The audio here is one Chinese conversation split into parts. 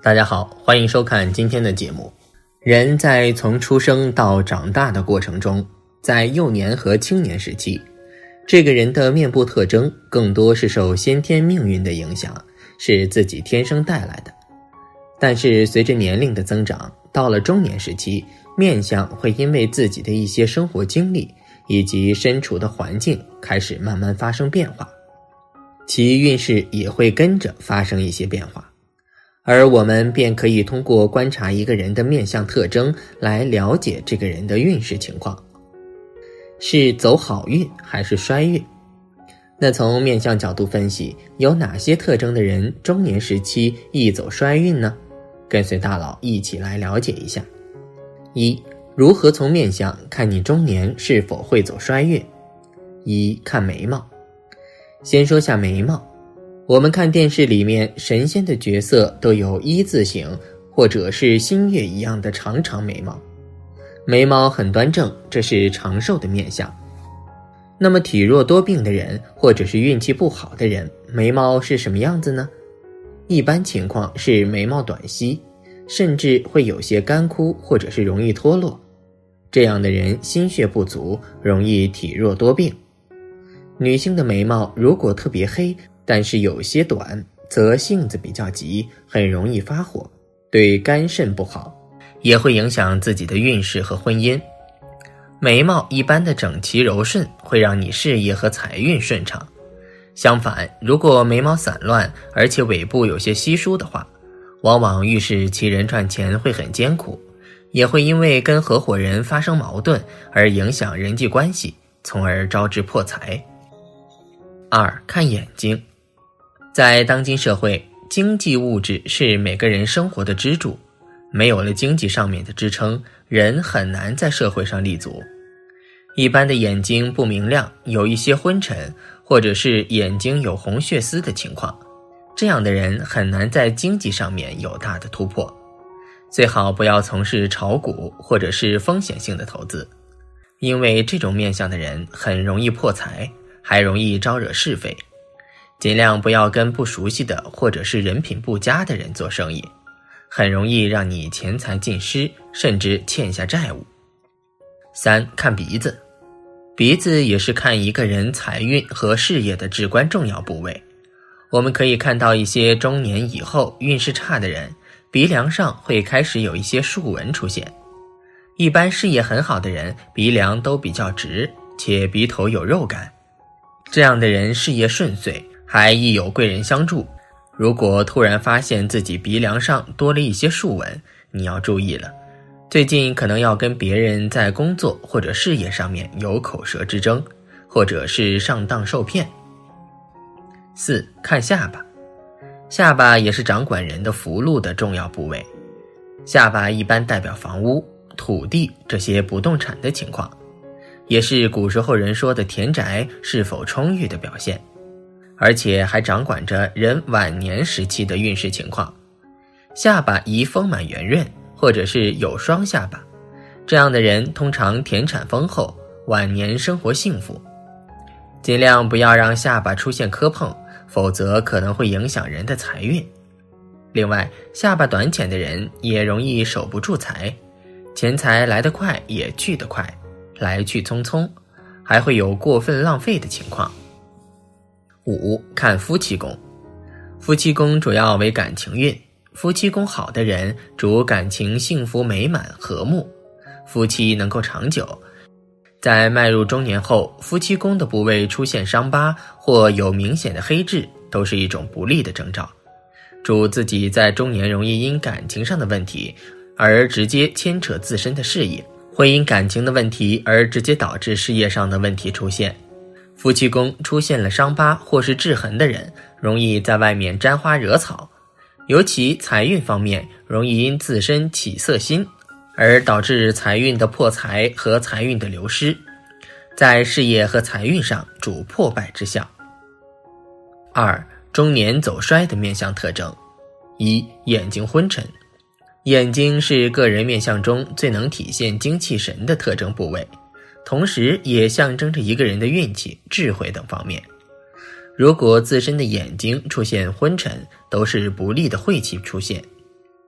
大家好，欢迎收看今天的节目。人在从出生到长大的过程中，在幼年和青年时期，这个人的面部特征更多是受先天命运的影响，是自己天生带来的。但是随着年龄的增长，到了中年时期，面相会因为自己的一些生活经历以及身处的环境开始慢慢发生变化，其运势也会跟着发生一些变化。而我们便可以通过观察一个人的面相特征来了解这个人的运势情况，是走好运还是衰运。那从面相角度分析，有哪些特征的人中年时期易走衰运呢？跟随大佬一起来了解一下。一、如何从面相看你中年是否会走衰运？一、看眉毛。先说下眉毛，我们看电视里面神仙的角色都有一字形或者是新月一样的长长眉毛，眉毛很端正，这是长寿的面相。那么体弱多病的人或者是运气不好的人，眉毛是什么样子呢？一般情况是眉毛短稀，甚至会有些干枯或者是容易脱落，这样的人心血不足，容易体弱多病。女性的眉毛如果特别黑但是有些短，则性子比较急，很容易发火，对肝肾不好，也会影响自己的运势和婚姻。眉毛一般的整齐柔顺，会让你事业和财运顺畅。相反，如果眉毛散乱，而且尾部有些稀疏的话，往往预示其人赚钱会很艰苦，也会因为跟合伙人发生矛盾而影响人际关系，从而招致破财。二、看眼睛。在当今社会，经济物质是每个人生活的支柱，没有了经济上面的支撑，人很难在社会上立足。一般的眼睛不明亮，有一些昏沉，或者是眼睛有红血丝的情况，这样的人很难在经济上面有大的突破。最好不要从事炒股或者是风险性的投资，因为这种面相的人很容易破财，还容易招惹是非。尽量不要跟不熟悉的或者是人品不佳的人做生意，很容易让你钱财尽失，甚至欠下债务。三、看鼻子。鼻子也是看一个人财运和事业的至关重要部位。我们可以看到一些中年以后运势差的人，鼻梁上会开始有一些竖纹出现。一般事业很好的人，鼻梁都比较直，且鼻头有肉感，这样的人事业顺遂，还易有贵人相助。如果突然发现自己鼻梁上多了一些竖纹，你要注意了，最近可能要跟别人在工作或者事业上面有口舌之争，或者是上当受骗。四、看下巴。下巴也是掌管人的福禄的重要部位，下巴一般代表房屋、土地这些不动产的情况，也是古时候人说的田宅是否充裕的表现，而且还掌管着人晚年时期的运势情况。下巴宜丰满圆润，或者是有双下巴，这样的人通常田产丰厚，晚年生活幸福。尽量不要让下巴出现磕碰，否则可能会影响人的财运。另外，下巴短浅的人也容易守不住财，钱财来得快也去得快，来去匆匆，还会有过分浪费的情况。五、看夫妻宫。夫妻宫主要为感情运，夫妻宫好的人主感情幸福美满和睦，夫妻能够长久。在迈入中年后，夫妻宫的部位出现伤疤或有明显的黑痣，都是一种不利的征兆，主自己在中年容易因感情上的问题而直接牵扯自身的事业，会因感情的问题而直接导致事业上的问题出现。夫妻宫出现了伤疤或是痣痕的人，容易在外面沾花惹草，尤其财运方面，容易因自身起色心而导致财运的破财和财运的流失，在事业和财运上主破败之象。二、中年走衰的面相特征。一、眼睛昏沉。眼睛是个人面相中最能体现精气神的特征部位，同时也象征着一个人的运气、智慧等方面。如果自身的眼睛出现昏沉，都是不利的晦气出现。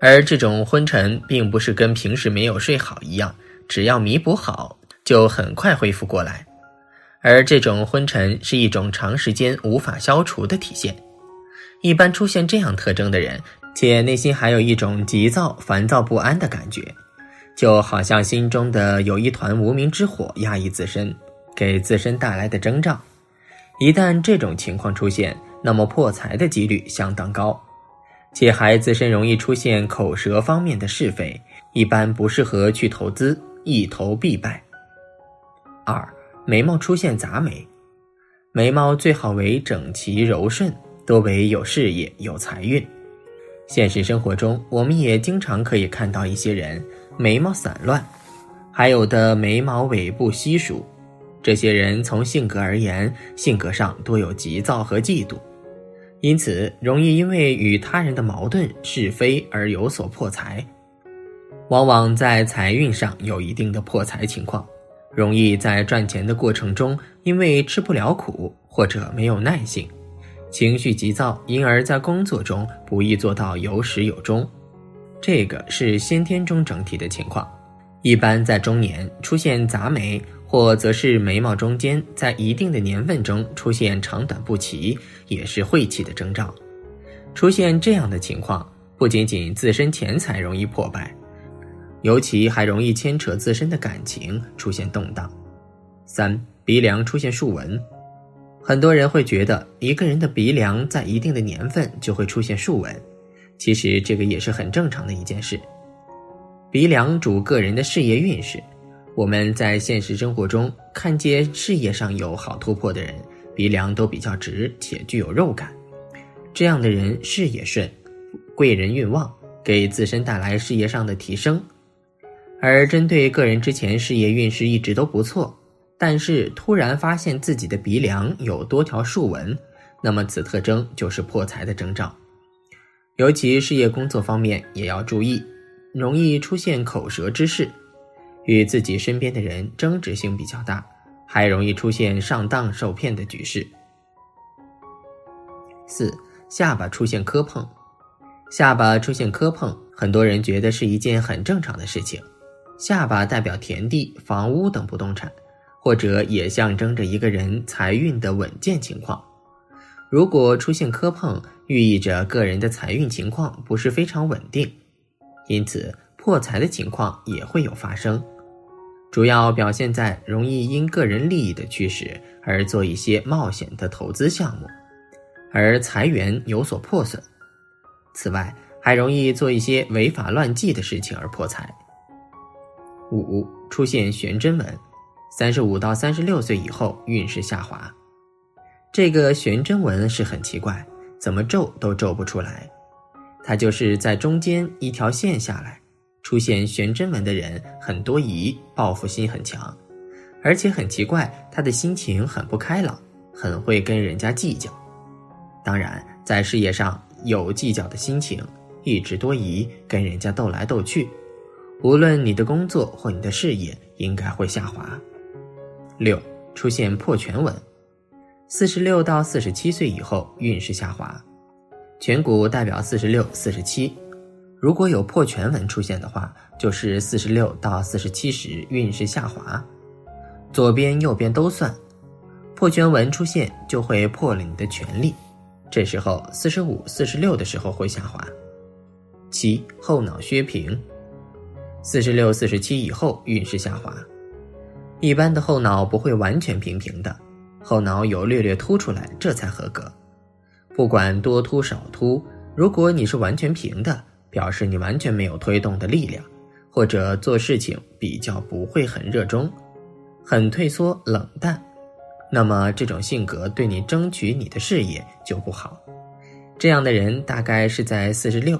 而这种昏沉并不是跟平时没有睡好一样，只要弥补好就很快恢复过来，而这种昏沉是一种长时间无法消除的体现。一般出现这样特征的人，且内心还有一种急躁、烦躁不安的感觉，就好像心中的有一团无名之火压抑自身，给自身带来的征兆。一旦这种情况出现，那么破财的几率相当高，且还自身容易出现口舌方面的是非，一般不适合去投资，一投必败。2. 眉毛出现杂眉。眉毛最好为整齐柔顺，多为有事业有财运。现实生活中，我们也经常可以看到一些人眉毛散乱，还有的眉毛尾部稀疏。这些人从性格而言，性格上多有急躁和嫉妒，因此容易因为与他人的矛盾是非而有所破财，往往在财运上有一定的破财情况，容易在赚钱的过程中因为吃不了苦或者没有耐性，情绪急躁，因而在工作中不易做到有始有终。这个是先天中整体的情况。一般在中年出现杂眉，或则是眉毛中间在一定的年份中出现长短不齐，也是晦气的征兆。出现这样的情况，不仅仅自身钱财容易破败，尤其还容易牵扯自身的感情出现动荡。3. 鼻梁出现竖纹。很多人会觉得一个人的鼻梁在一定的年份就会出现竖纹，其实这个也是很正常的一件事。鼻梁主个人的事业运势，我们在现实生活中看见事业上有好突破的人，鼻梁都比较直且具有肉感，这样的人事业顺，贵人运旺，给自身带来事业上的提升。而针对个人之前事业运势一直都不错，但是突然发现自己的鼻梁有多条竖纹，那么此特征就是破财的征兆。尤其事业工作方面也要注意，容易出现口舌之事，与自己身边的人争执性比较大，还容易出现上当受骗的局势。4. 下巴出现磕碰。下巴出现磕碰，很多人觉得是一件很正常的事情。下巴代表田地、房屋等不动产，或者也象征着一个人财运的稳健情况。如果出现磕碰，寓意着个人的财运情况不是非常稳定，因此破财的情况也会有发生，主要表现在容易因个人利益的驱使而做一些冒险的投资项目，而财源有所破损。此外，还容易做一些违法乱纪的事情而破财。5. 出现悬针纹。35到36岁以后运势下滑。这个悬针纹是很奇怪，怎么皱都皱不出来，它就是在中间一条线下来。出现悬针纹的人很多疑，报复心很强，而且很奇怪，他的心情很不开朗，很会跟人家计较。当然在事业上有计较的心情，一直多疑，跟人家斗来斗去，无论你的工作或你的事业应该会下滑。6. 出现破颧纹。46到47岁以后运势下滑，颧骨代表46、47，如果有破颧纹出现的话，就是46到47时运势下滑，左边右边都算。破颧纹出现就会破了你的权利，这时候45、46的时候会下滑。7. 后脑削平。46、47以后运势下滑，一般的后脑不会完全平平的，后脑有略略凸出来，这才合格。不管多凸少凸，如果你是完全平的，表示你完全没有推动的力量，或者做事情比较不会很热衷，很退缩冷淡，那么这种性格对你争取你的事业就不好。这样的人大概是在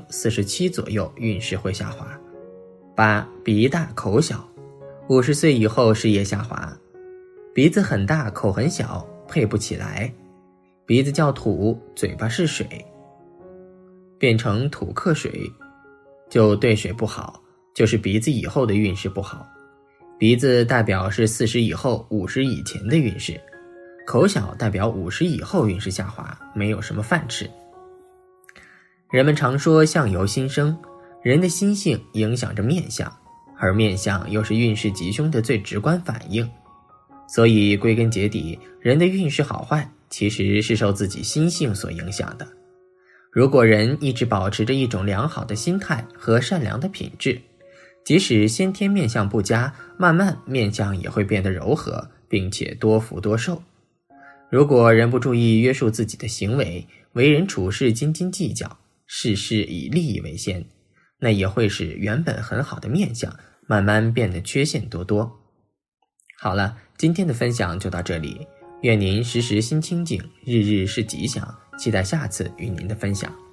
46、47左右运势会下滑。8. 鼻大口小。50岁以后事业下滑，鼻子很大口很小，配不起来，鼻子叫土，嘴巴是水，变成土克水，就对水不好，就是鼻子以后的运势不好。鼻子代表是40以后50以前的运势，口小代表50以后运势下滑，没有什么饭吃。人们常说相由心生， 人的心性影响着面相，而面相又是运势吉凶的最直观反应。所以归根结底，人的运势好坏其实是受自己心性所影响的。如果人一直保持着一种良好的心态和善良的品质，即使先天面相不佳，慢慢面相也会变得柔和，并且多福多寿。如果人不注意约束自己的行为，为人处事斤斤计较，事事以利益为先，那也会使原本很好的面相慢慢变得缺陷多多。好了，今天的分享就到这里，愿您时时心清静，日日是吉祥，期待下次与您的分享。